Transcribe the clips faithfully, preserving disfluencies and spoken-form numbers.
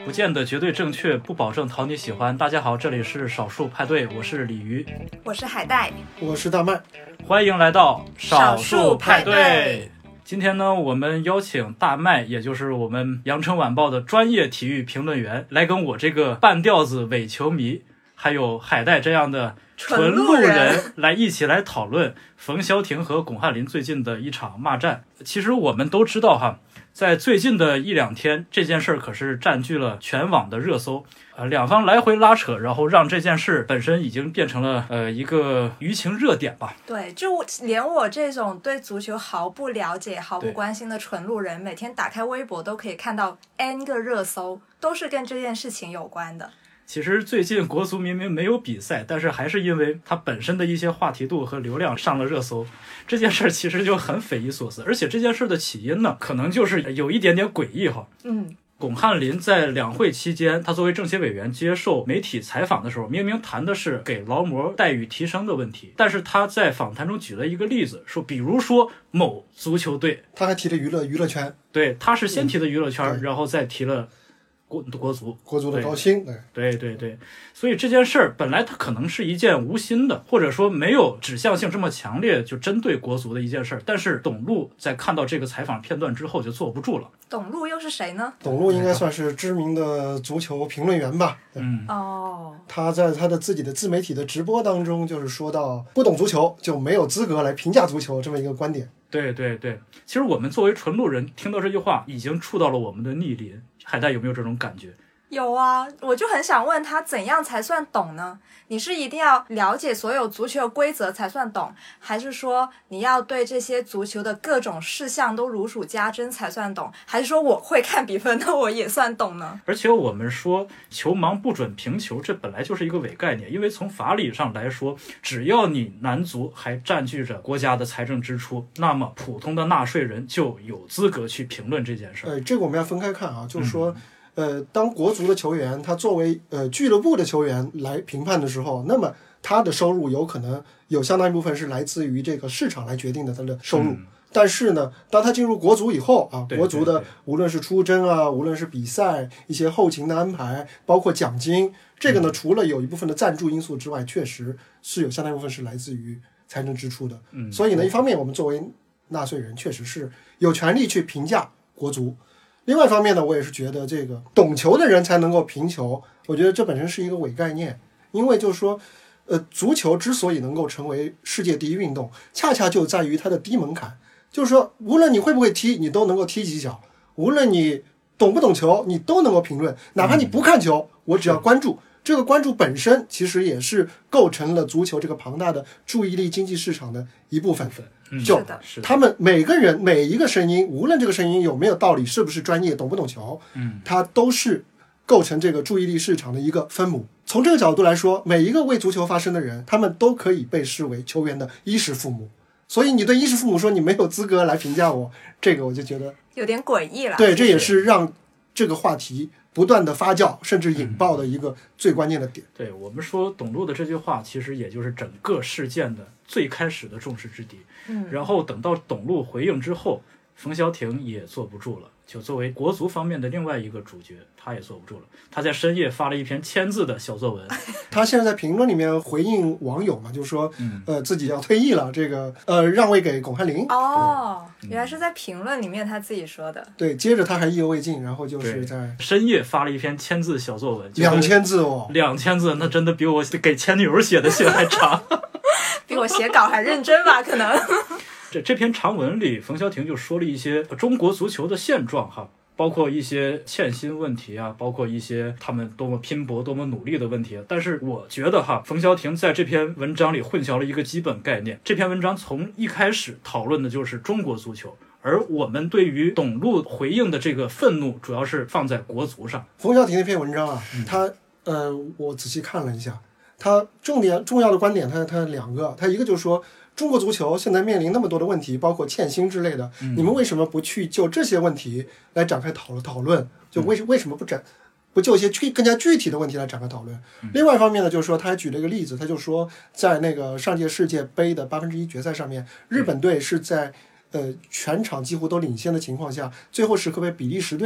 不见得绝对正确，不保证讨你喜欢。大家好，这里是少数派对，我是鲤鱼， 我是海带， 我是大麦， 欢迎来到少数派少数派对。 今天呢，我们邀请大麦，也就是我们羊城晚报的专业体育评论员，来跟我这个半吊子伪球迷，还有海带这样的纯路人来一起来讨论冯潇霆和巩汉林最近的一场骂战。其实我们都知道哈，在最近的一两天，这件事儿可是占据了全网的热搜，呃，两方来回拉扯，然后让这件事本身已经变成了呃一个舆情热点吧。 对，就连我这种对足球毫不了解、毫不关心的纯路人，每天打开微博都可以看到 N 个热搜，都是跟这件事情有关的。 其实最近国足明明没有比赛，但是还是因为它本身的一些话题度和流量上了热搜，这件事其实就很匪夷所思。而且这件事的起因呢，可能就是有一点点诡异哈。 嗯， 巩汉林在两会期间，他作为政协委员接受媒体采访的时候，明明谈的是给劳模待遇提升的问题，但是他在访谈中举了一个例子，说比如说某足球队， 他还提了娱乐娱乐圈， 对，他是先提的娱乐圈， 嗯、 然后再提了国国足国足的高薪， 对对对对，所以这件事儿本来它可能是一件无心的，或者说没有指向性这么强烈，就针对国足的一件事儿。但是董路在看到这个采访片段之后就坐不住了。 董路又是谁呢？ 董路应该算是知名的足球评论员吧。 嗯， 哦， 他在他的自己的自媒体的直播当中，就是说到不懂足球就没有资格来评价足球这么一个观点。 对对对，其实我们作为纯路人，听到这句话已经触到了我们的逆鳞。海带有没有这种感觉？ 有啊，我就很想问他，怎样才算懂呢？你是一定要了解所有足球的规则才算懂，还是说你要对这些足球的各种事项都如数家珍才算懂，还是说我会看比分的我也算懂呢？ 而且我们说球盲不准评球，这本来就是一个伪概念，因为从法理上来说，只要你男足还占据着国家的财政支出，那么普通的纳税人就有资格去评论这件事。 呃，这个我们要分开看啊，就是说、嗯呃，当国足的球员他作为呃俱乐部的球员来评判的时候，那么他的收入有可能有相当一部分是来自于这个市场来决定的他的收入。嗯、但是呢，当他进入国足以后啊，国足的无论是出征啊，无论是比赛一些后勤的安排，包括奖金，这个呢，除了有一部分的赞助因素之外，确实是有相当一部分是来自于财政支出的。 嗯， 所以呢，一方面我们作为纳税人确实是有权利去评价国足。另外一方面呢，我也是觉得这个懂球的人才能够评球，我觉得这本身是一个伪概念。因为就是说，呃，足球之所以能够成为世界第一运动，恰恰就在于它的低门槛。就是说，无论你会不会踢，你都能够踢几脚；无论你懂不懂球，你都能够评论。哪怕你不看球，我只要关注。这个关注本身其实也是构成了足球这个庞大的注意力经济市场的一部分。就他们每个人每一个声音，无论这个声音有没有道理，是不是专业，懂不懂球， 嗯， 它都是构成这个注意力市场的一个分母。从这个角度来说，每一个为足球发声的人，他们都可以被视为球员的衣食父母。所以你对衣食父母说你没有资格来评价我，这个我就觉得有点诡异了。 对，这也是让这个话题不断的发酵甚至引爆的一个最关键的点。 对，我们说董路的这句话其实也就是整个事件的最开始的众矢之的。 嗯， 然后等到董路回应之后，冯潇霆也坐不住了，就作为国足方面的另外一个主角，他也坐不住了。他在深夜发了一篇千字的小作文。 他现在在评论里面回应网友嘛，就是说， 嗯、 呃，自己要退役了，这个呃让位给巩汉林。 哦，原来是在评论里面他自己说的。 对，接着他还意犹未尽，然后就是在深夜发了一篇千字小作文， 两千字哦， 两千字，那真的比我给前女友写的信还长。 比我写稿还认真吧，可能。 这这篇长文里，冯潇霆就说了一些中国足球的现状哈，包括一些欠薪问题啊，包括一些他们多么拼搏、多么努力的问题。但是我觉得哈，冯潇霆在这篇文章里混淆了一个基本概念。这篇文章从一开始讨论的就是中国足球，而我们对于董路回应的这个愤怒，主要是放在国足上。 冯潇霆那篇文章啊， 嗯、 他呃，我仔细看了一下。他重点重要的观点，他他两个，他一个就是说，中国足球现在面临那么多的问题，包括欠薪之类的， 嗯、 你们为什么不去就这些问题来展开讨讨论？就为为什么不展不就一些具更加具体的问题来展开讨论？ 嗯、 另外一方面呢，就是说他还举了一个例子，他就说在那个上届世界杯的八分之一决赛上面，日本队是在呃全场几乎都领先的情况下，最后时刻被比利时队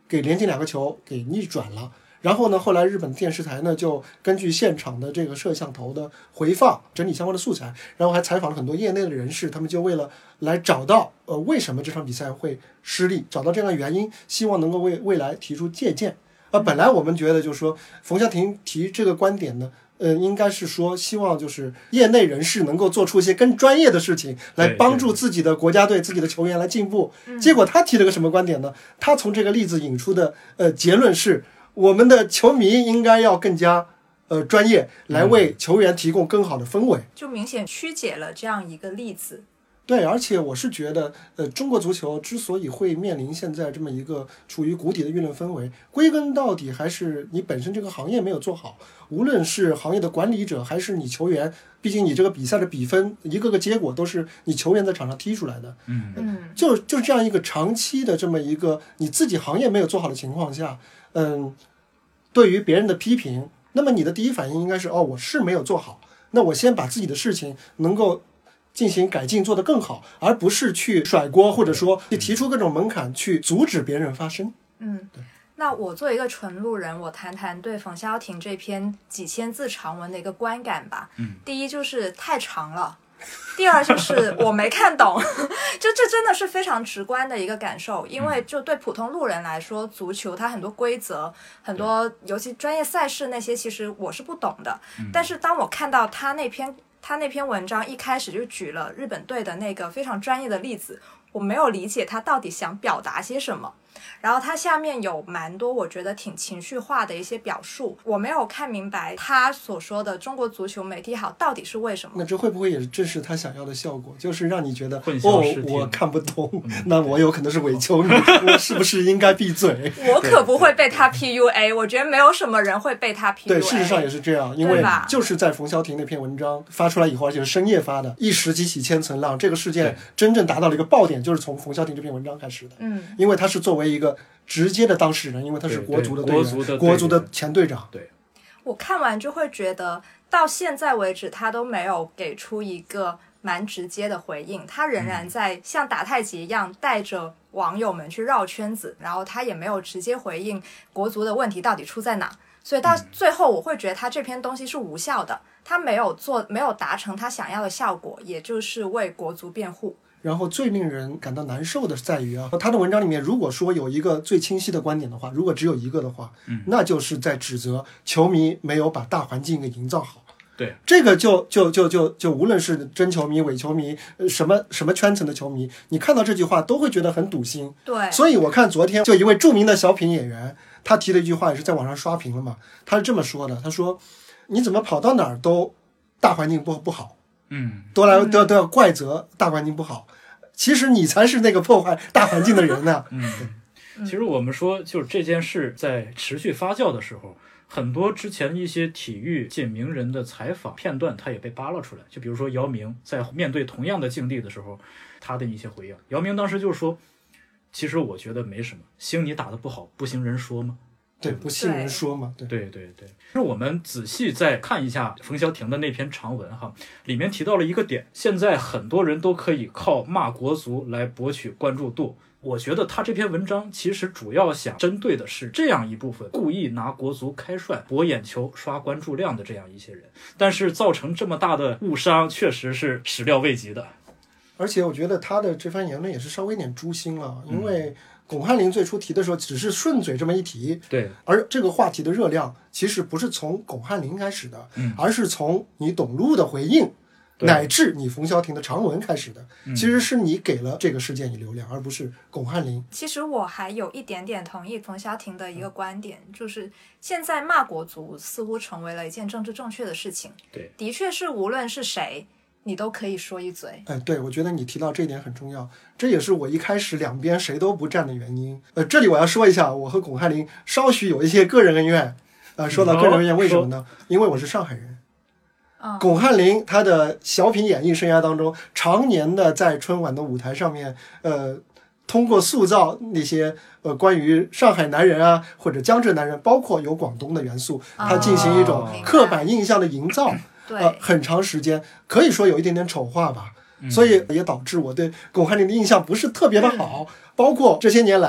给连进两个球给逆转了。然后呢，后来日本电视台呢就根据现场的这个摄像头的回放，整理相关的素材，然后还采访了很多业内的人士，他们就为了来找到呃为什么这场比赛会失利，找到这样的原因，希望能够为未来提出借鉴。啊，本来我们觉得就是说冯潇霆提这个观点呢，呃，应该是说希望就是业内人士能够做出一些更专业的事情，来帮助自己的国家队、自己的球员来进步。结果他提了个什么观点呢？他从这个例子引出的呃结论是，我们的球迷应该要更加呃专业，来为球员提供更好的氛围， 就明显曲解了这样一个例子。 对，而且我是觉得，呃，中国足球之所以会面临现在这么一个处于谷底的舆论氛围，归根到底还是你本身这个行业没有做好。无论是行业的管理者，还是你球员，毕竟你这个比赛的比分，一个个结果都是你球员在场上踢出来的。 嗯嗯， 就就是这样一个长期的这么一个你自己行业没有做好的情况下，嗯，对于别人的批评，那么你的第一反应应该是，哦，我是没有做好，那我先把自己的事情能够进行改进，做得更好，而不是去甩锅，或者说去提出各种门槛去阻止别人发声。 嗯，那我作为一个纯路人，我谈谈对冯潇霆这篇几千字长文的一个观感吧。 嗯， 第一就是太长了，第二就是我没看懂，就这真的是非常直观的一个感受。因为就对普通路人来说，足球它很多规则，很多尤其专业赛事那些，其实我是不懂的。 嗯， 但是当我看到他那篇他那篇文章一开始就举了日本队的那个非常专业的例子，我没有理解他到底想表达些什么。然后他下面有蛮多我觉得挺情绪化的一些表述，我没有看明白他所说的中国足球没踢好到底是为什么。 那这会不会也是正是他想要的效果，就是让你觉得混哦淆视，听我看不懂， 嗯那我有可能是伪球迷，我是不是应该闭嘴？ 我可不会被他 P U A， 我觉得没有什么人会被他 P U A。 对，事实上也是这样，因为就是在冯潇霆那篇文章发出来以后，而且是深夜发的，一时激起千层浪，这个事件真正达到了一个爆点，就是从冯潇霆这篇文章开始的。 嗯， 因为他是作为一个直接的当事人，因为他是国足的队员，国足的前队长。 对， 我看完就会觉得，到现在为止他都没有给出一个蛮直接的回应，他仍然在像打太极一样带着网友们去绕圈子，然后他也没有直接回应国足的问题到底出在哪。所以到最后我会觉得他这篇东西是无效的，他没有做没有达成他想要的效果，也就是为国足辩护。 然后最令人感到难受的在于啊，他的文章里面如果说有一个最清晰的观点的话，如果只有一个的话， 嗯， 那就是在指责球迷没有把大环境给营造好。 对， 这个就就就就就无论是真球迷、伪球迷，什么什么圈层的球迷，你看到这句话都会觉得很堵心。 对， 所以我看昨天就一位著名的小品演员，他提了一句话，也是在网上刷屏了嘛。他是这么说的，他说：“你怎么跑到哪儿都大环境不不好， 嗯， 都来都要都要怪责大环境不好，其实你才是那个破坏大环境的人呢。” 嗯，其实我们说，就是这件事在持续发酵的时候，很多之前一些体育界名人的采访片段，他也被扒拉出来。就比如说姚明在面对同样的境地的时候，他的一些回应。姚明当时就说：“其实我觉得没什么，兴你打得不好，不行人说吗？” 对，不信人说嘛。对对对对。是我们仔细再看一下冯潇霆的那篇长文哈，里面提到了一个点，现在很多人都可以靠骂国足来博取关注度。我觉得他这篇文章其实主要想针对的是这样一部分故意拿国足开涮博眼球刷关注量的这样一些人，但是造成这么大的误伤确实是始料未及的。 而且我觉得他的这番言论也是稍微有点诛心了，因为巩汉林最初提的时候只是顺嘴这么一提， 对， 而这个话题的热量其实不是从巩汉林开始的， 嗯， 而是从你董路的回应乃至你冯潇霆的长文开始的，其实是你给了这个事件以流量，而不是巩汉林。 其实我还有一点点同意冯潇霆的一个观点，就是现在骂国足似乎成为了一件政治正确的事情。 对， 的确是无论是谁你都可以说一嘴。 哎，对，我觉得你提到这一点很重要，这也是我一开始两边谁都不站的原因。呃，这里我要说一下，我和巩汉林稍许有一些个人恩怨。呃，说到个人恩怨，为什么呢？因为我是上海人。巩汉林他的小品演艺生涯当中，常年的在春晚的舞台上面，呃，通过塑造那些呃关于上海男人啊或者江浙男人，包括有广东的元素，他进行一种刻板印象的营造， 对、 呃，很长时间可以说有一点点丑化吧。所以也导致我对巩汉林的印象不是特别的好，包括这些年来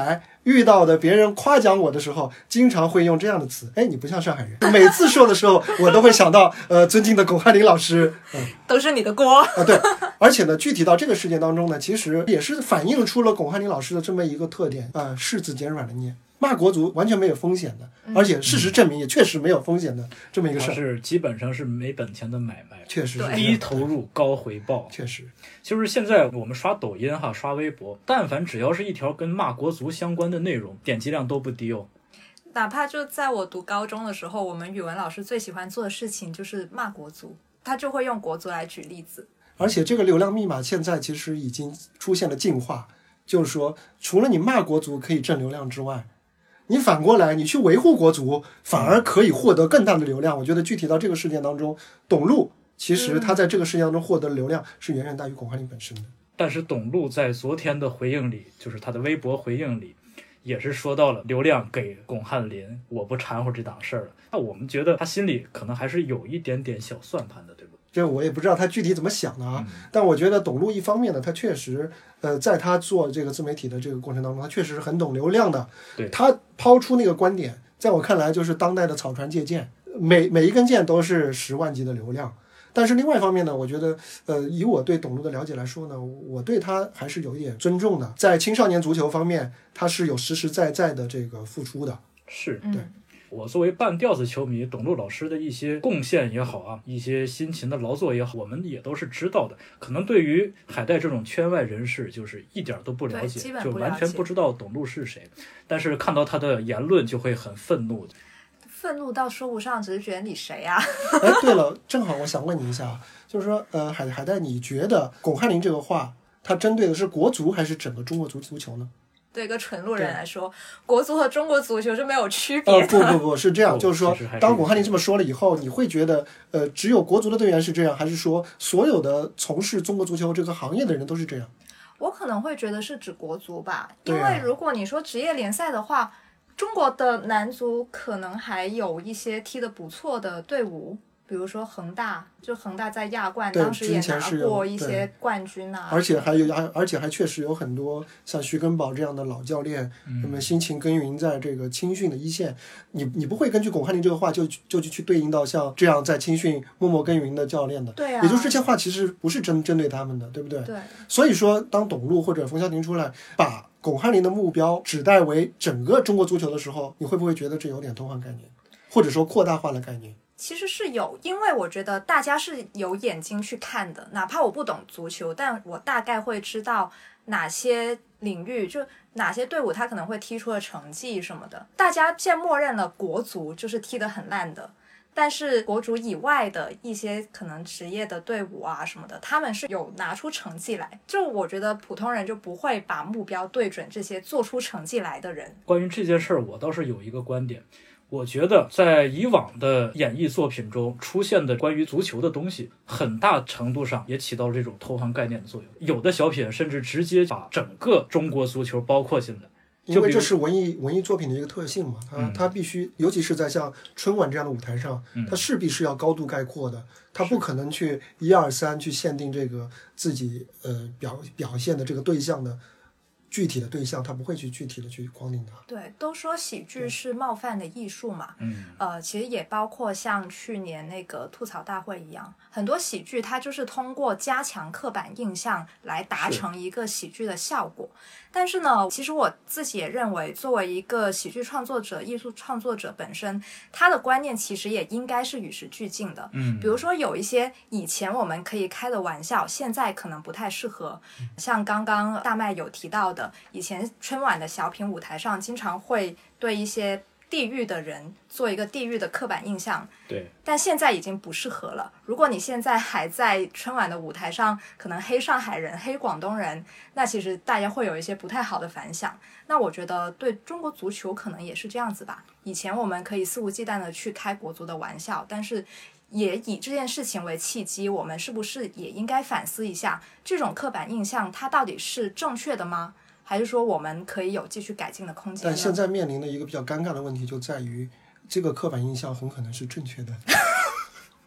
遇到的别人夸奖我的时候，经常会用这样的词，哎，你不像上海人。每次说的时候，我都会想到呃尊敬的巩汉林老师，嗯， 都是你的锅啊。对，而且呢，具体到这个事件当中呢，其实也是反映出了巩汉林老师的这么一个特点啊、呃，柿子捡软的捏。骂国足完全没有风险的，而且事实证明也确实没有风险的这么一个事儿， 是基本上是没本钱的买卖， 确实是低投入高回报， 确实。 就是现在我们刷抖音哈，刷微博，但凡只要是一条跟骂国足相关的内容，点击量都不低哦。 哪怕就在我读高中的时候，我们语文老师最喜欢做的事情就是骂国足，他就会用国足来举例子。 而且这个流量密码现在其实已经出现了进化，就是说除了你骂国足可以挣流量之外，你反过来你去维护国足反而可以获得更大的流量。我觉得具体到这个事件当中，董路其实他在这个事件当中获得的流量是远远大于巩汉林本身的。 但是董路在昨天的回应里，就是他的微博回应里也是说到了流量给巩汉林，我不掺和这档事儿了。那我们觉得他心里可能还是有一点点小算盘的，对不对？ 这我也不知道他具体怎么想的啊，嗯、但我觉得董路一方面呢，他确实，呃，在他做这个自媒体的这个过程当中，他确实是很懂流量的。 对， 他抛出那个观点，在我看来就是当代的草船借箭，每每一根箭都是十万级的流量。但是另外一方面呢，我觉得，呃，以我对董路的了解来说呢，我对他还是有一点尊重的。在青少年足球方面，他是有实实在在的这个付出的。 是， 对。 嗯， 我作为半吊子球迷，董路老师的一些贡献也好啊，一些辛勤的劳作也好，我们也都是知道的。可能对于海带这种圈外人士，就是一点都不了解， 了解就完全不知道董路是谁。但是看到他的言论，就会很愤怒。 愤怒到说不上，只是觉得你谁啊？ 哎，对了，正好我想问你一下，就是说，呃，海海带，你觉得巩汉林这个话，他针对的是国足还是整个中国足足球呢？ 对一个纯路人来说，国足和中国足球是没有区别的。 呃，不不不是这样， 哦、 就是说， 是当巩汉林这么说了以后，你会觉得，呃，只有国足的队员是这样，还是说所有的从事中国足球这个行业的人都是这样？ 我可能会觉得是指国足吧， 因为如果你说职业联赛的话，中国的男足可能还有一些踢得不错的队伍，比如说恒大，就恒大在亚冠当时也拿过一些冠军啊， 而且还有而且还确实有很多像徐根宝这样的老教练，那么辛勤耕耘在这个青训的一线，你你不会根据巩汉林这个话就就去对应到像这样在青训默默耕耘的教练的， 对啊， 也就是这些话其实不是针针对他们的，对不对？ 对， 所以说当董路或者冯潇霆出来把巩汉林的目标指代为整个中国足球的时候，你会不会觉得这有点偷换概念，或者说扩大化的概念？ 其实是有，因为我觉得大家是有眼睛去看的，哪怕我不懂足球，但我大概会知道哪些领域，就哪些队伍他可能会踢出了成绩什么的。大家现在默认了国足就是踢得很烂的，但是国足以外的一些可能职业的队伍啊什么的，他们是有拿出成绩来。就我觉得普通人就不会把目标对准这些做出成绩来的人。 关于这件事儿，我倒是有一个观点。我觉得在以往的演艺作品中出现的关于足球的东西，很大程度上也起到了这种偷换概念的作用。有的小品甚至直接把整个中国足球包括进来， 因为这是文艺文艺作品的一个特性嘛，它、 嗯、 它必须，尤其是在像春晚这样的舞台上，它势必是要高度概括的，它不可能去一二三去限定这个自己呃表表现的这个对象的具体的对象，他不会去具体的去框定它。 对，都说喜剧是冒犯的艺术嘛， 嗯， 呃，其实也包括像去年那个吐槽大会一样，很多喜剧它就是通过加强刻板印象来达成一个喜剧的效果。但是呢，其实我自己也认为，作为一个喜剧创作者、艺术创作者本身，他的观念其实也应该是与时俱进的。 嗯， 比如说有一些以前我们可以开的玩笑，现在可能不太适合。嗯、像刚刚大麦有提到的，以前春晚的小品舞台上经常会对一些地域的人做一个地域的刻板印象， 对， 但现在已经不适合了。如果你现在还在春晚的舞台上可能黑上海人、黑广东人，那其实大家会有一些不太好的反响。那我觉得对中国足球可能也是这样子吧。以前我们可以肆无忌惮的去开国足的玩笑，但是也以这件事情为契机，我们是不是也应该反思一下，这种刻板印象它到底是正确的吗？还是说我们可以有继续改进的空间呢？ 但现在面临的一个比较尴尬的问题就在于，这个刻板印象很可能是正确的。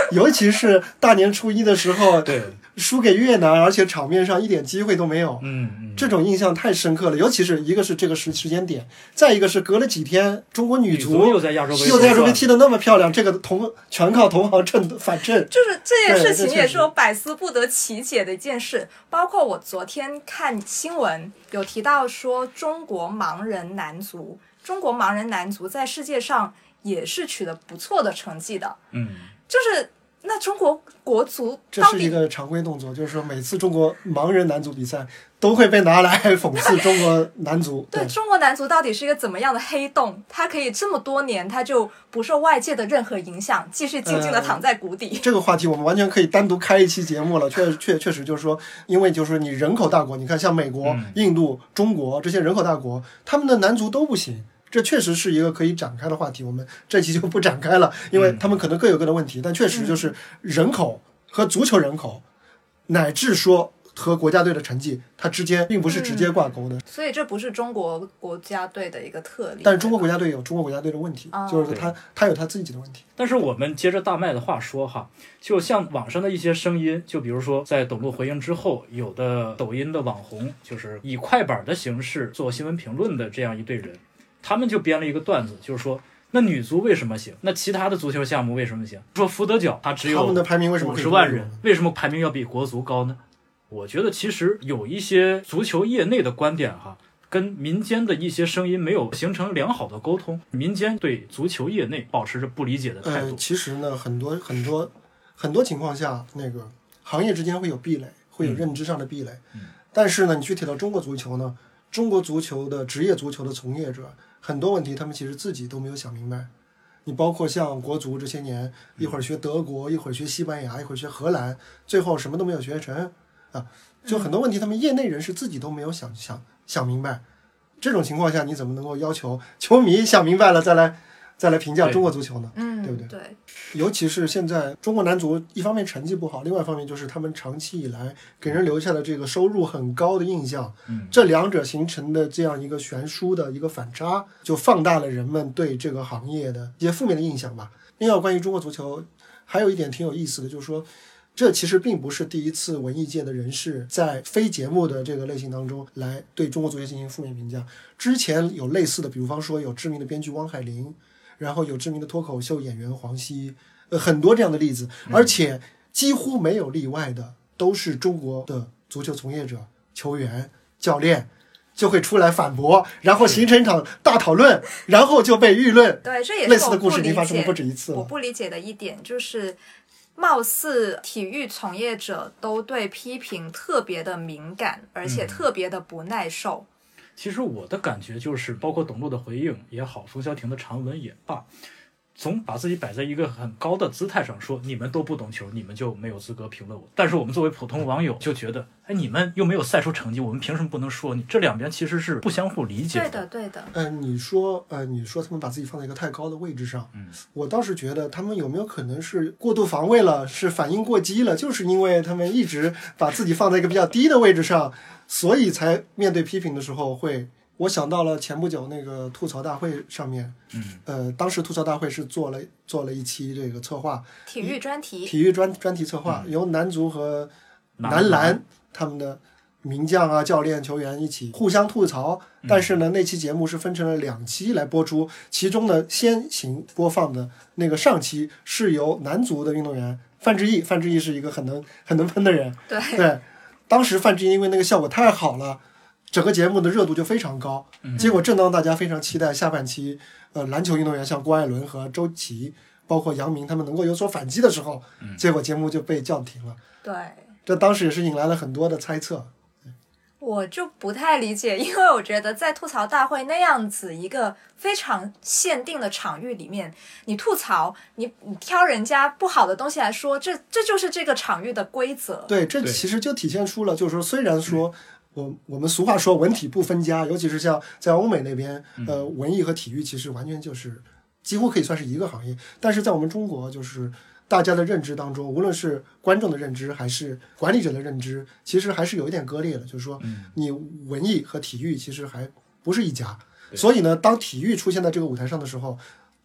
尤其是大年初一的时候， 对， 输给越南，而且场面上一点机会都没有， 嗯嗯， 这种印象太深刻了。尤其是一个是这个时时间点，再一个是隔了几天，中国女足又在亚洲杯又在亚洲杯踢得那么漂亮，这个同全靠同行衬反衬， 就是这件事情也是我百思不得其解的一件事。包括我昨天看新闻有提到说，中国盲人男足，中国盲人男足在世界上也是取得不错的成绩的， 嗯， 就是那中国国足这是一个常规动作，就是说每次中国盲人男足比赛都会被拿来讽刺中国男足。 对， 对， 中国男足到底是一个怎么样的黑洞？它可以这么多年，它就不受外界的任何影响，继续静静的躺在谷底。 呃、这个话题我们完全可以单独开一期节目了。确确确实就是说，因为就是说你人口大国，你看像美国、 嗯、 印度、中国这些人口大国，他们的男足都不行。这确实是一个可以展开的话题，我们这期就不展开了，因为他们可能各有各的问题，但确实就是人口和足球人口，乃至说和国家队的成绩，它之间并不是直接挂钩的。 嗯、所以这不是中国国家队的一个特例。 但是中国国家队有中国国家队的问题， 哦、 就是他他有他自己的问题。 但是我们接着大麦的话说哈，就像网上的一些声音，就比如说在董路回应之后，有的抖音的网红就是以快板的形式做新闻评论的这样一队人。他们就编了一个段子，就是说，那女足为什么行？那其他的足球项目为什么行？说福德角它只有他们的排名为什么五十万人，为什么排名要比国足高呢？我觉得其实有一些足球业内的观点哈，跟民间的一些声音没有形成良好的沟通，民间对足球业内保持着不理解的态度。 呃，其实呢，很多很多很多情况下，那个行业之间会有壁垒，会有认知上的壁垒。 嗯、 但是呢，你具体到中国足球呢，中国足球的职业足球的从业者。很多问题他们其实自己都没有想明白，你包括像国足这些年，一会儿学德国，一会儿学西班牙，一会儿学荷兰，最后什么都没有学成啊！就很多问题他们业内人士自己都没有想想想明白。这种情况下，你怎么能够要求球迷想明白了再来再来评价中国足球呢？ 嗯， 对不对？ 对。 尤其是现在中国男足，一方面成绩不好，另外一方面就是他们长期以来给人留下的这个收入很高的印象， 嗯， 这两者形成的这样一个悬殊的一个反差，就放大了人们对这个行业的一些负面的印象吧。另外，关于中国足球，还有一点挺有意思的，就是说，这其实并不是第一次文艺界的人士在非节目的这个类型当中来对中国足球进行负面评价。之前有类似的，比方说有知名的编剧汪海林。然后有知名的脱口秀演员黄西，呃，很多这样的例子，而且几乎没有例外的，都是中国的足球从业者、球员、教练，就会出来反驳，然后形成一场大讨论，然后就被舆论。 对，这也是类似的故事已经发生过不止一次了。 我不理解的一点就是，貌似体育从业者都对批评特别的敏感，而且特别的不耐受。 嗯其实我的感觉就是，包括董路的回应也好，冯潇霆的长文也罢，总把自己摆在一个很高的姿态上说，你们都不懂球，你们就没有资格评论我。但是我们作为普通网友就觉得，哎，你们又没有赛出成绩，我们凭什么不能说你？这两边其实是不相互理解的。 对的，对的。 呃，你说，呃，你说他们把自己放在一个太高的位置上， 嗯， 我倒是觉得他们有没有可能是过度防卫了，是反应过激了，就是因为他们一直把自己放在一个比较低的位置上。所以才面对批评的时候会，我想到了前不久那个吐槽大会上面， 嗯， 呃，当时吐槽大会是做了做了一期这个策划， 体育专题， 体育专专题策划，嗯、由男足和男篮他们的名将啊、教练、球员一起互相吐槽。但是呢，那期节目是分成了两期来播出，其中呢，先行播放的那个上期是由男足的运动员范志毅，范志毅是一个很能很能喷的人， 对对。当时范志毅因为那个效果太好了，整个节目的热度就非常高。 嗯、 结果正当大家非常期待下半期，呃，篮球运动员像郭艾伦和周琦，包括杨明他们能够有所反击的时候， 嗯、 结果节目就被叫停了。 对， 这当时也是引来了很多的猜测。 我就不太理解，因为我觉得在吐槽大会那样子一个非常限定的场域里面，你吐槽，你你挑人家不好的东西来说，这这就是这个场域的规则。 对，这其实就体现出了，就是说，虽然说我我们俗话说文体不分家，尤其是像在欧美那边，呃，文艺和体育其实完全就是几乎可以算是一个行业，但是在我们中国就是大家的认知当中，无论是观众的认知还是管理者的认知，其实还是有一点割裂的，就是说你文艺和体育其实还不是一家。所以呢，当体育出现在这个舞台上的时候，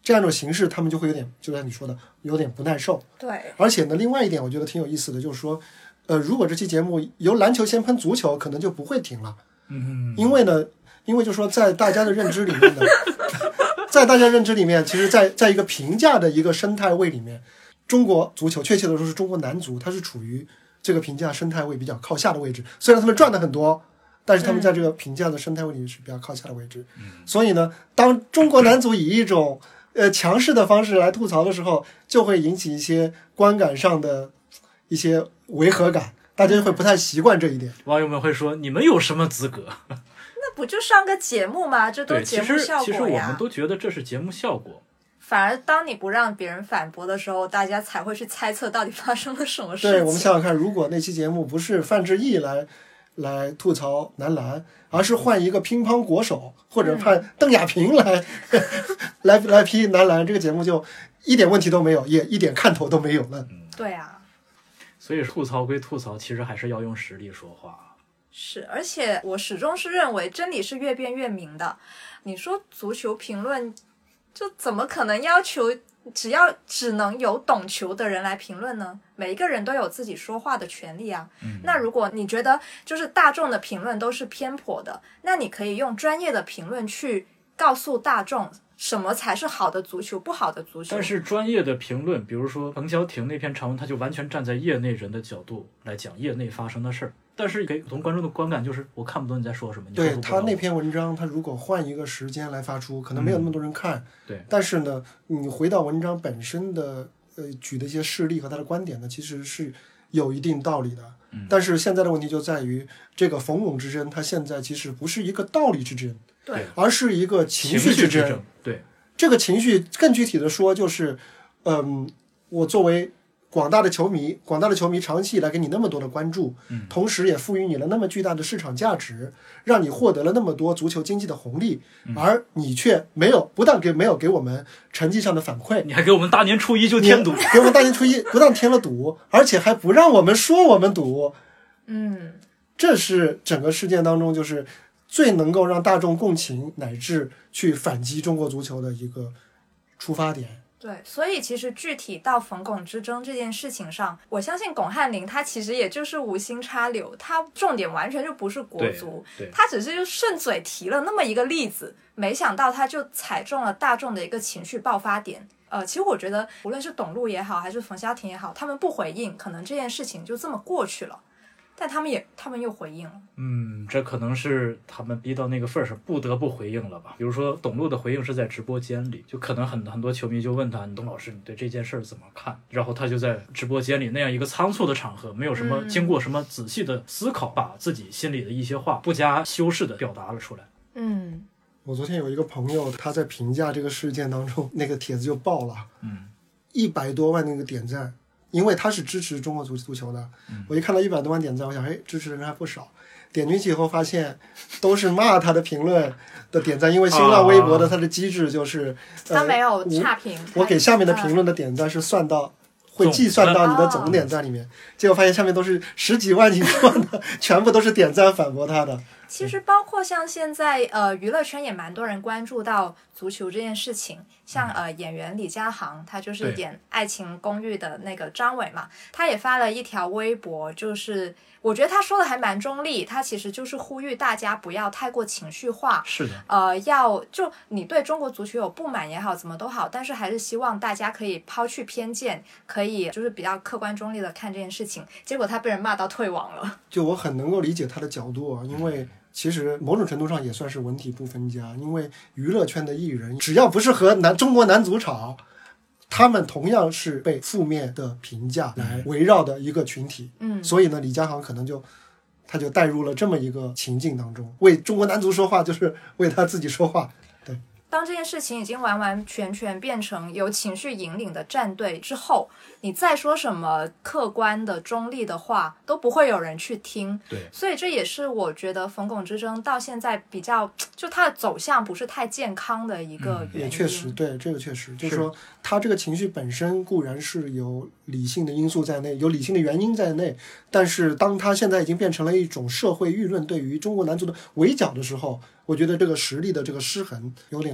这样一种形式他们就会有点，就像你说的有点不耐受。 对， 而且呢另外一点我觉得挺有意思的，就是说呃，如果这期节目由篮球先喷足球，可能就不会停了。 嗯， 因为呢因为就说在大家的认知里面呢在大家认知里面，其实在在一个评价的一个生态位里面，中国足球确切的说是中国男足，它是处于这个评价生态位比较靠下的位置。虽然他们赚的很多，但是他们在这个评价的生态位里是比较靠下的位置。 嗯、 所以呢当中国男足以一种呃强势的方式来吐槽的时候，就会引起一些观感上的一些违和感，大家会不太习惯这一点。 网友们会说你们有什么资格？ 那不就上个节目吗？这都对， 节其实目效果呀。 其实我们都觉得这是节目效果。 反而当你不让别人反驳的时候，大家才会去猜测到底发生了什么事情。 对，我们想想看，如果那期节目不是范志毅来来吐槽男篮，而是换一个乒乓国手或者换邓亚萍来、嗯、来来批男篮，这个节目就一点问题都没有，也一点看头都没有了。 嗯， 对啊。 所以吐槽归吐槽，其实还是要用实力说话。 是，而且我始终是认为真理是越辩越明的。你说足球评论，就怎么可能要求只要只能有懂球的人来评论呢？每一个人都有自己说话的权利啊。 嗯、 那如果你觉得就是大众的评论都是偏颇的，那你可以用专业的评论去告诉大众什么才是好的足球，不好的足球。 但是专业的评论，比如说彭潇霆那篇长文，他就完全站在业内人的角度来讲业内发生的事儿。但是给普通观众的观感就是我看不懂你在说什么。 对，他那篇文章他如果换一个时间来发出，可能没有那么多人看。 嗯、对。 但是呢你回到文章本身的呃举的一些事例和他的观点呢，其实是有一定道理的。 嗯、 但是现在的问题就在于这个冯巩之争，它现在其实不是一个道理之争， 对， 而是一个情绪之争。 对， 这个情绪更具体的说就是嗯，我作为广大的球迷，广大的球迷长期以来给你那么多的关注， 嗯， 同时也赋予你了那么巨大的市场价值，让你获得了那么多足球经济的红利， 嗯、 而你却没有，不但给没有给我们成绩上的反馈， 你还给我们大年初一就添堵， 给我们大年初一不但添了堵，而且还不让我们说我们堵。 嗯， 这是整个事件当中就是最能够让大众共情乃至去反击中国足球的一个出发点。 对，所以其实具体到冯巩之争这件事情上，我相信巩汉林他其实也就是无心插柳，他重点完全就不是国足，他只是就顺嘴提了那么一个例子，没想到他就踩中了大众的一个情绪爆发点。呃，其实我觉得无论是董路也好还是冯潇霆也好，他们不回应，可能这件事情就这么过去了，但他们也他们又回应了。 嗯，这可能是他们逼到那个份上不得不回应了吧。比如说董路的回应是在直播间里，就可能很很多球迷就问他，董老师你对这件事怎么看，然后他就在直播间里那样一个仓促的场合，没有什么经过什么仔细的思考，把自己心里的一些话不加修饰的表达了出来。 嗯， 我昨天有一个朋友他在评价这个事件当中，那个帖子就爆了， 嗯， 一百多万那个点赞，因为他是支持中国足足球的， 嗯、 我一看到一百多万点赞，我想哎，支持的人还不少。点进去以后发现都是骂他的评论的点赞，因为新浪微博的它的机制就是、 啊呃、他没有差评， 我给下面的评论的点赞是算到会计算到你的总点赞里面，结果发现下面都是十几万以上的全部都是点赞反驳他的。 其实包括像现在呃娱乐圈也蛮多人关注到足球这件事情，像呃演员李佳航，他就是演《爱情公寓》的那个张伟嘛，他也发了一条微博，就是我觉得他说的还蛮中立，他其实就是呼吁大家不要太过情绪化， 是的， 呃，要就你对中国足球有不满也好，怎么都好，但是还是希望大家可以抛去偏见，可以就是比较客观中立的看这件事情。结果他被人骂到退网了。 就我很能够理解他的角度啊，因为其实某种程度上也算是文体不分家，因为娱乐圈的艺人只要不是和男中国男足吵，他们同样是被负面的评价来围绕的一个群体。 嗯， 所以呢，李佳航可能就他就带入了这么一个情境当中，为中国男足说话就是为他自己说话。对， 当这件事情已经完完全全变成由情绪引领的战队之后，你再说什么客观的中立的话都不会有人去听。 对， 所以这也是我觉得冯巩之争到现在比较就它的走向不是太健康的一个原因。 也确实，对，这个确实就是说他这个情绪本身固然是有理性的因素在内，有理性的原因在内，但是当他现在已经变成了一种社会舆论对于中国男足的围剿的时候，我觉得这个实力的这个失衡有点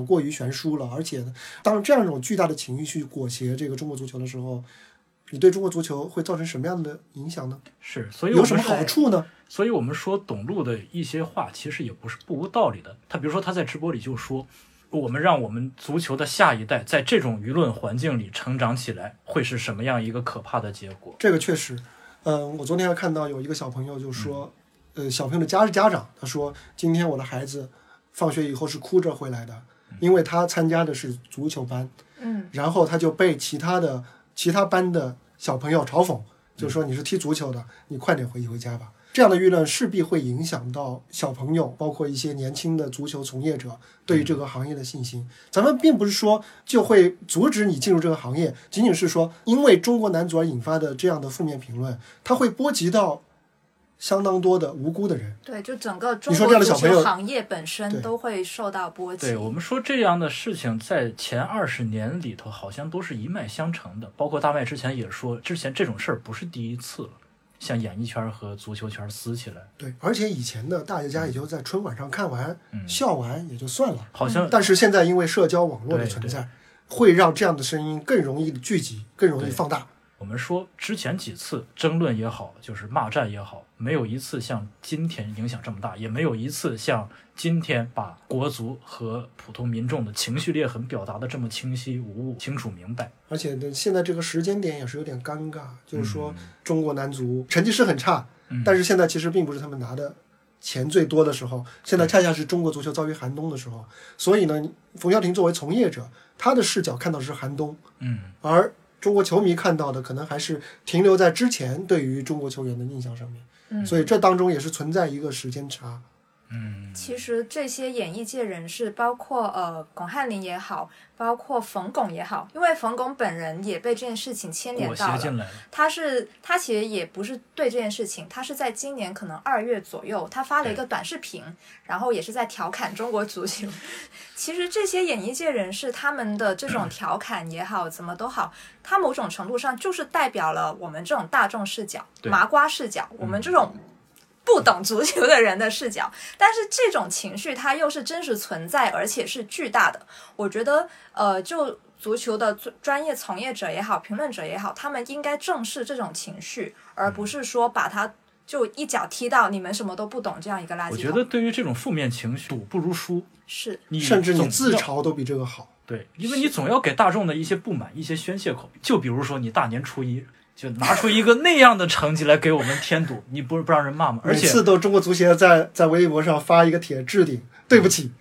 点过于悬殊了。而且当这样一种巨大的情绪去裹挟这个中国足球的时候，你对中国足球会造成什么样的影响呢？ 是，所以我们有什么好处呢？ 所以我们说董路的一些话其实也不是不无道理的。他比如说他在直播里就说，我们让我们足球的下一代在这种舆论环境里成长起来，会是什么样一个可怕的结果？ 这个确实，嗯、呃，我昨天还看到有一个小朋友就说，嗯、呃，小朋友的家是家长，他说今天我的孩子放学以后是哭着回来的，因为他参加的是足球班， 嗯， 然后他就被其他的其他班的小朋友嘲讽，就说你是踢足球的，你快点回回家吧。这样的舆论势必会影响到小朋友，包括一些年轻的足球从业者对于这个行业的信心。咱们并不是说就会阻止你进入这个行业，仅仅是说因为中国男足而引发的这样的负面评论，它会波及到相当多的无辜的人。 对，就整个中你说这样国足的小朋友球行业本身都会受到波及。 对，我们说这样的事情在前二十年里头好像都是一脉相承的，包括大麦之前也说，之前这种事儿不是第一次了，像演艺圈和足球圈撕起来。 对，而且以前的大家也就在春晚上看完、嗯、笑完也就算了， 好像但是现在因为社交网络的存在，会让这样的声音更容易聚集，更容易放大。 我们说之前几次争论也好，就是骂战也好，没有一次像今天影响这么大，也没有一次像今天把国足和普通民众的情绪裂痕表达的这么清晰无误、清楚明白。 而且呢，现在这个时间点也是有点尴尬，就是说中国男足成绩是很差、嗯、但是现在其实并不是他们拿的钱最多的时候，现在恰恰是中国足球遭遇寒冬的时候。所以呢，冯潇霆作为从业者，他的视角看到的是寒冬， 嗯， 而中国球迷看到的可能还是停留在之前对于中国球员的印象上面， 嗯， 所以这当中也是存在一个时间差。 嗯， 其实这些演艺界人士，包括呃巩汉林也好，包括冯巩也好，因为冯巩本人也被这件事情牵连到了。 了他是他其实也不是对这件事情，他是在今年可能二月左右，他发了一个短视频，然后也是在调侃中国足球。其实这些演艺界人士他们的这种调侃也好，怎么都好，他某种程度上就是代表了我们这种大众视角、麻瓜视角，我们这种不懂足球的人的视角，但是这种情绪它又是真实存在，而且是巨大的。我觉得呃，就足球的专业从业者也好，评论者也好，他们应该正视这种情绪，而不是说把它就一脚踢到你们什么都不懂这样一个垃圾桶。 我觉得对于这种负面情绪，赌不如输， 是你甚至你自嘲都比这个好。 对，因为你总要给大众的一些不满一些宣泄口。就比如说你大年初一就拿出一个那样的成绩来给我们添堵，你不是不让人骂吗？而且每次都中国足协在在微博上发一个帖置顶，对不起。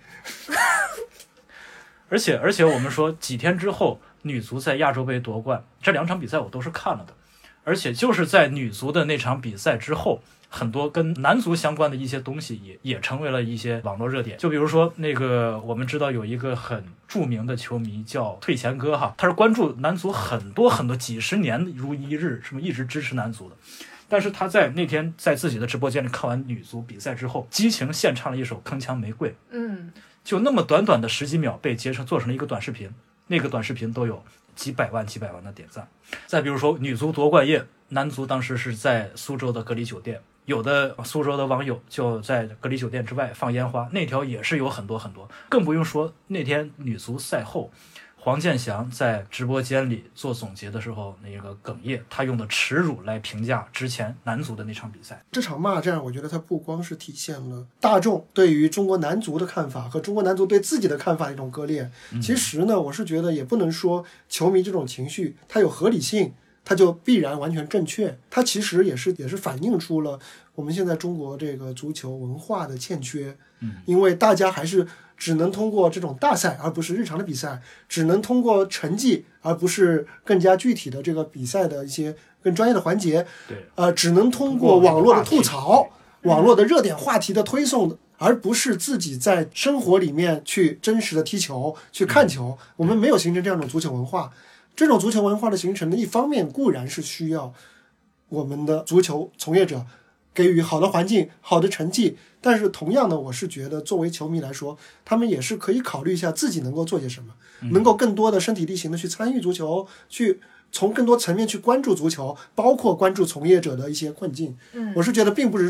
而且而且我们说几天之后女足在亚洲杯夺冠，这两场比赛我都是看了的，而且就是在女足的那场比赛之后，很多跟男足相关的一些东西也也成为了一些网络热点。就比如说那个我们知道有一个很著名的球迷叫退钱哥哈，他是关注男足很多很多几十年如一日，什么一直支持男足的。但是他在那天在自己的直播间里看完女足比赛之后，激情献唱了一首铿锵玫瑰， 嗯， 就那么短短的十几秒被截成做成了一个短视频，那个短视频都有几百万几百万的点赞。再比如说女足夺冠夜，男足当时是在苏州的隔离酒店，有的苏州的网友就在隔离酒店之外放烟花，那条也是有很多很多。更不用说那天女足赛后，黄健翔在直播间里做总结的时候那个哽咽，他用的耻辱来评价之前男足的那场比赛。 这场骂战我觉得它不光是体现了大众对于中国男足的看法和中国男足对自己的看法的一种割裂、嗯、其实呢我是觉得也不能说球迷这种情绪它有合理性它就必然完全正确，它其实也是也是反映出了我们现在中国这个足球文化的欠缺、嗯、因为大家还是只能通过这种大赛而不是日常的比赛，只能通过成绩而不是更加具体的这个比赛的一些更专业的环节， 对， 呃，只能通过网络的吐槽、网络的热点话题的推送，而不是自己在生活里面去真实的踢球去看球、嗯、我们没有形成这样一种足球文化。这种足球文化的形成呢，一方面固然是需要我们的足球从业者给予好的环境、好的成绩，但是同样呢，我是觉得作为球迷来说，他们也是可以考虑一下自己能够做些什么，嗯、能够更多的身体力行的去参与足球，去从更多层面去关注足球，包括关注从业者的一些困境。 嗯， 我是觉得并不是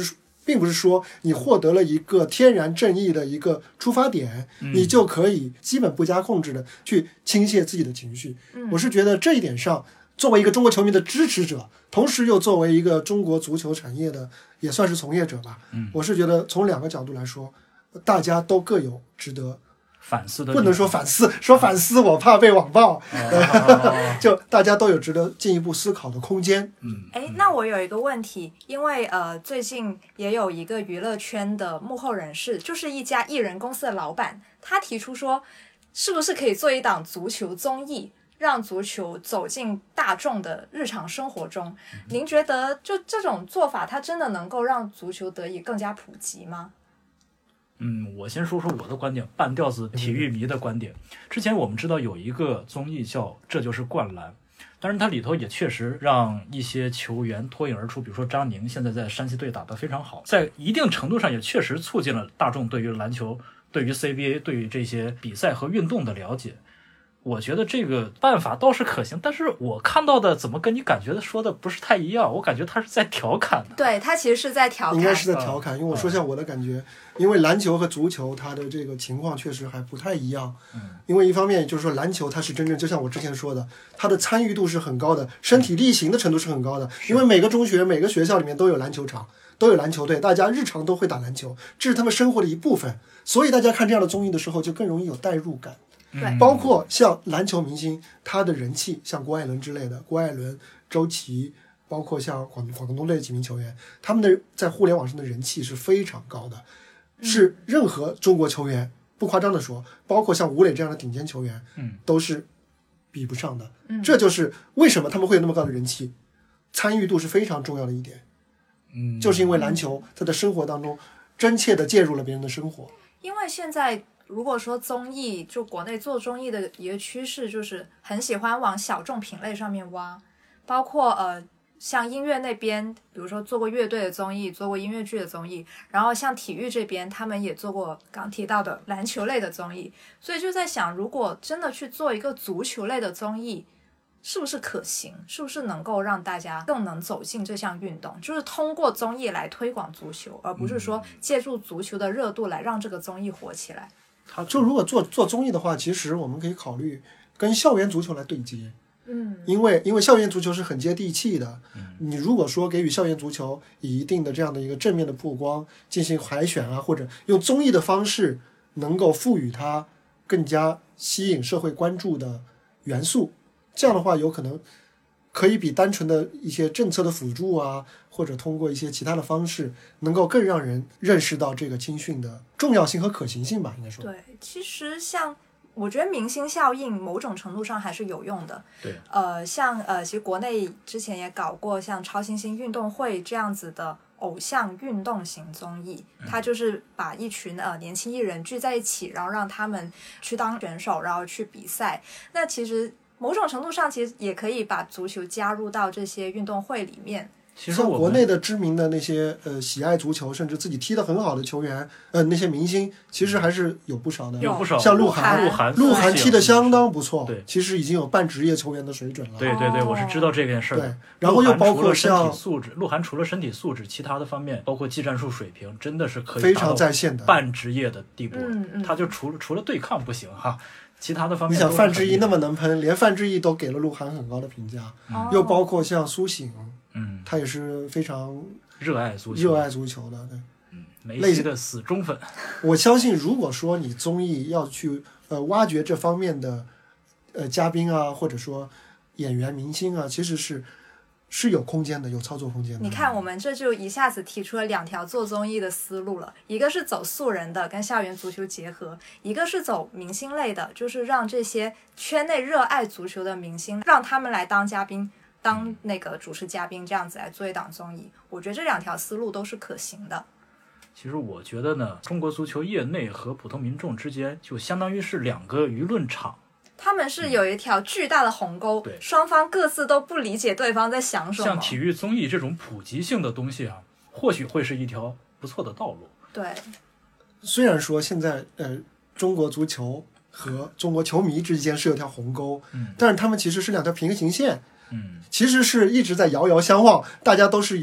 并不是说你获得了一个天然正义的一个出发点， 嗯、 你就可以基本不加控制的去倾泻自己的情绪。 嗯、 我是觉得这一点上，作为一个中国球迷的支持者，同时又作为一个中国足球产业的也算是从业者吧， 嗯、 我是觉得从两个角度来说，大家都各有值得反思的， 不能说反思，说反思我怕被网暴， 哦、 就大家都有值得进一步思考的空间。 嗯， 哎，那我有一个问题，因为呃，最近也有一个娱乐圈的幕后人士，就是一家艺人公司的老板，他提出说，是不是可以做一档足球综艺，让足球走进大众的日常生活中？您觉得就这种做法，它真的能够让足球得以更加普及吗？ 嗯，我先说说我的观点，半吊子体育迷的观点。之前我们知道有一个综艺叫《这就是灌篮》，当然它里头也确实让一些球员脱颖而出，比如说张宁现在在山西队打得非常好，在一定程度上也确实促进了大众对于篮球、对于 C B A、对于这些比赛和运动的了解。我觉得这个办法倒是可行，但是我看到的怎么跟你感觉的说的不是太一样，我感觉他是在调侃的。 对，他其实是在调侃， 应该是在调侃，因为我说一下我的感觉，因为篮球和足球它的这个情况确实还不太一样。 嗯， 因为一方面就是说篮球它是真正就像我之前说的，它的参与度是很高的，身体力行的程度是很高的，因为每个中学每个学校里面都有篮球场，都有篮球队，大家日常都会打篮球，这是他们生活的一部分，所以大家看这样的综艺的时候就更容易有代入感。 对， 包括像篮球明星，他的人气，像郭艾伦之类的，郭艾伦、周琦，包括像广广东队几名球员，他们的在互联网上的人气是非常高的，是任何中国球员不夸张的说，包括像吴磊这样的顶尖球员， 嗯， 都是比不上的。 嗯， 这就是为什么他们会有那么高的人气，参与度是非常重要的一点。 嗯， 就是因为篮球他的生活当中真切的介入了别人的生活。 因为现在如果说综艺，就国内做综艺的一个趋势，就是很喜欢往小众品类上面挖，包括呃像音乐那边，比如说做过乐队的综艺，做过音乐剧的综艺，然后像体育这边，他们也做过刚提到的篮球类的综艺，所以就在想，如果真的去做一个足球类的综艺，是不是可行？是不是能够让大家更能走进这项运动？就是通过综艺来推广足球，而不是说借助足球的热度来让这个综艺火起来。 就如果做做综艺的话，其实我们可以考虑跟校园足球来对接。 嗯， 因为因为校园足球是很接地气的。 嗯， 你如果说给予校园足球以一定的这样的一个正面的曝光，进行海选啊，或者用综艺的方式能够赋予它更加吸引社会关注的元素，这样的话有可能可以比单纯的一些政策的辅助啊，或者通过一些其他的方式，能够更让人认识到这个青训的重要性和可行性吧，应该说。 对，其实像我觉得明星效应某种程度上还是有用的。 对， 呃，像呃，其实国内之前也搞过像超新星运动会这样子的偶像运动型综艺，它就是把一群呃年轻艺人聚在一起，然后让他们去当选手，然后去比赛。那其实某种程度上，其实也可以把足球加入到这些运动会里面。 其实我像国内的知名的那些呃喜爱足球，甚至自己踢得很好的球员，呃那些明星，其实还是有不少的。 有不少， 像鹿晗， 鹿晗， 鹿晗踢得相当不错， 对， 其实已经有半职业球员的水准了。 对对对，我是知道这件事的。 对，然后又包括像素质，鹿晗除了身体素质，其他的方面，包括技战术水平，真的是可以非常在线的半职业的地步。 嗯嗯， 他就除了除了对抗不行哈。其他的方面， 你想范志毅那么能喷，连范志毅都给了鹿晗很高的评价， 嗯、 又包括像苏醒， 嗯， 他也是非常热爱足球， 热爱足球的，对， 嗯，梅西的死忠粉。 我相信，如果说你综艺要去呃挖掘这方面的呃嘉宾啊，或者说演员明星啊，其实是是有空间的，有操作空间的。 你看，我们这就一下子提出了两条做综艺的思路了，一个是走素人的，跟校园足球结合；一个是走明星类的，就是让这些圈内热爱足球的明星，让他们来当嘉宾，当那个主持嘉宾，这样子来做一档综艺。我觉得这两条思路都是可行的。 其实我觉得呢，中国足球业内和普通民众之间就相当于是两个舆论场。 他们是有一条巨大的鸿沟， 对， 双方各自都不理解对方在想什么。 像体育综艺这种普及性的东西啊，或许会是一条不错的道路。 对， 虽然说现在呃中国足球和中国球迷之间是有条鸿沟， 嗯， 但是他们其实是两条平行线， 嗯， 其实是一直在遥遥相望，大家都是有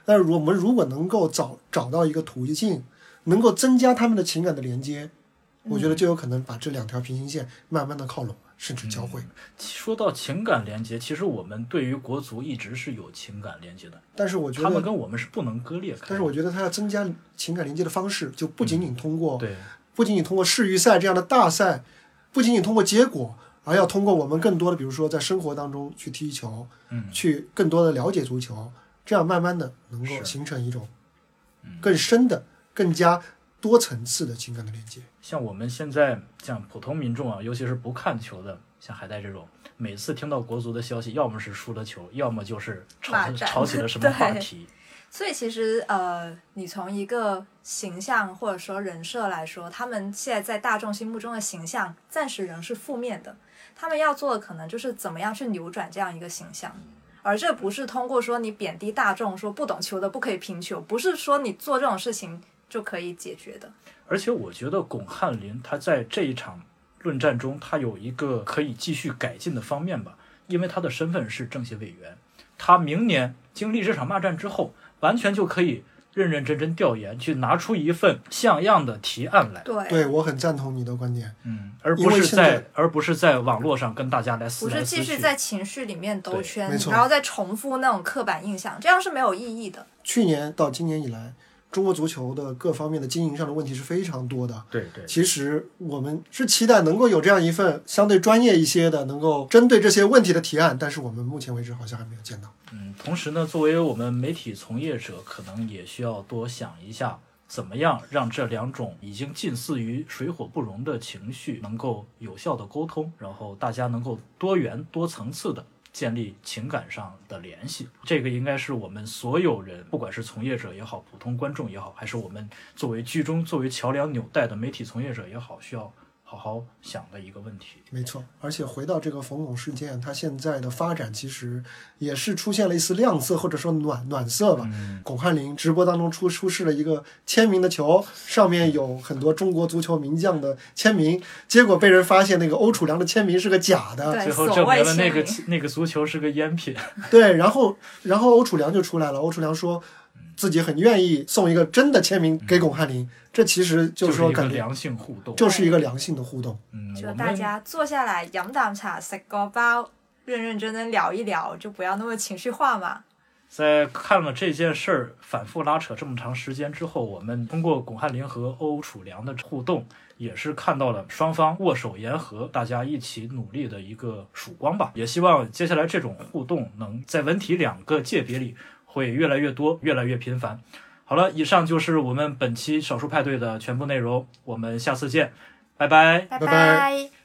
但是我们如果能够找找到一个途径，能够增加他们的情感的连接，我觉得就有可能把这两条平行线慢慢的靠拢，甚至交汇。 嗯、说到情感连接，其实我们对于国足一直是有情感连接的， 但是我觉得他们跟我们是不能割裂开。 但是我觉得他要增加情感连接的方式，就不仅仅通过、 嗯、对， 不仅仅通过世预赛这样的大赛，不仅仅通过结果，而要通过我们更多的，比如说在生活当中去踢球， 嗯， 去更多的了解足球，这样慢慢的能够形成一种更深的、更加多层次的情感的连接。 像我们现在像普通民众啊，尤其是不看球的，像海带这种，每次听到国足的消息，要么是输了球，要么就是吵吵起了什么话题。 所以其实呃，你从一个形象或者说人设来说，他们现在在大众心目中的形象暂时仍是负面的，他们要做的可能就是怎么样去扭转这样一个形象。而这不是通过说你贬低大众，说不懂球的不可以评球，不是说你做这种事情就可以解决的。 而且我觉得巩汉林他在这一场论战中，他有一个可以继续改进的方面吧，因为他的身份是政协委员，他明年经历这场骂战之后，完全就可以认认真真调研，去拿出一份像样的提案来。 对， 对，我很赞同你的观点。 嗯，而不是在而不是在网络上跟大家来撕来撕去， 不是继续在情绪里面兜圈， 没错， 然后再重复那种刻板印象，这样是没有意义的。 去年到今年以来，中国足球的各方面的经营上的问题是非常多的。 对对， 其实我们是期待能够有这样一份相对专业一些的，能够针对这些问题的提案，但是我们目前为止好像还没有见到。 嗯，同时呢，作为我们媒体从业者，可能也需要多想一下，怎么样让这两种已经近似于水火不容的情绪能够有效的沟通，然后大家能够多元多层次的建立情感上的联系。这个应该是我们所有人，不管是从业者也好，普通观众也好，还是我们作为居中作为桥梁纽带的媒体从业者也好，需要好好想的一个问题。 没错，而且回到这个冯巩事件，它现在的发展其实也是出现了一丝亮色，或者说暖暖色吧。 嗯、 巩汉林直播当中出出示了一个签名的球，上面有很多中国足球名将的签名，结果被人发现那个欧楚良的签名是个假的， 最后证明了那个那个足球是个赝品。 对，然后然后欧楚良就出来了，欧楚良说自己很愿意送一个真的签名给巩汉林，嗯、这其实就是说感觉就是一个良性互动， 就是一个良性的互动。 嗯， 就大家坐下来饮啖茶，食个包，认认真真聊一聊，就不要那么情绪化嘛。 在看了这件事儿反复拉扯这么长时间之后，我们通过巩汉林和欧楚良的互动，也是看到了双方握手言和，大家一起努力的一个曙光吧。也希望接下来这种互动能在文体两个界别里会越来越多，越来越频繁。好了，以上就是我们本期少数派对的全部内容，我们下次见，拜拜， 拜拜拜。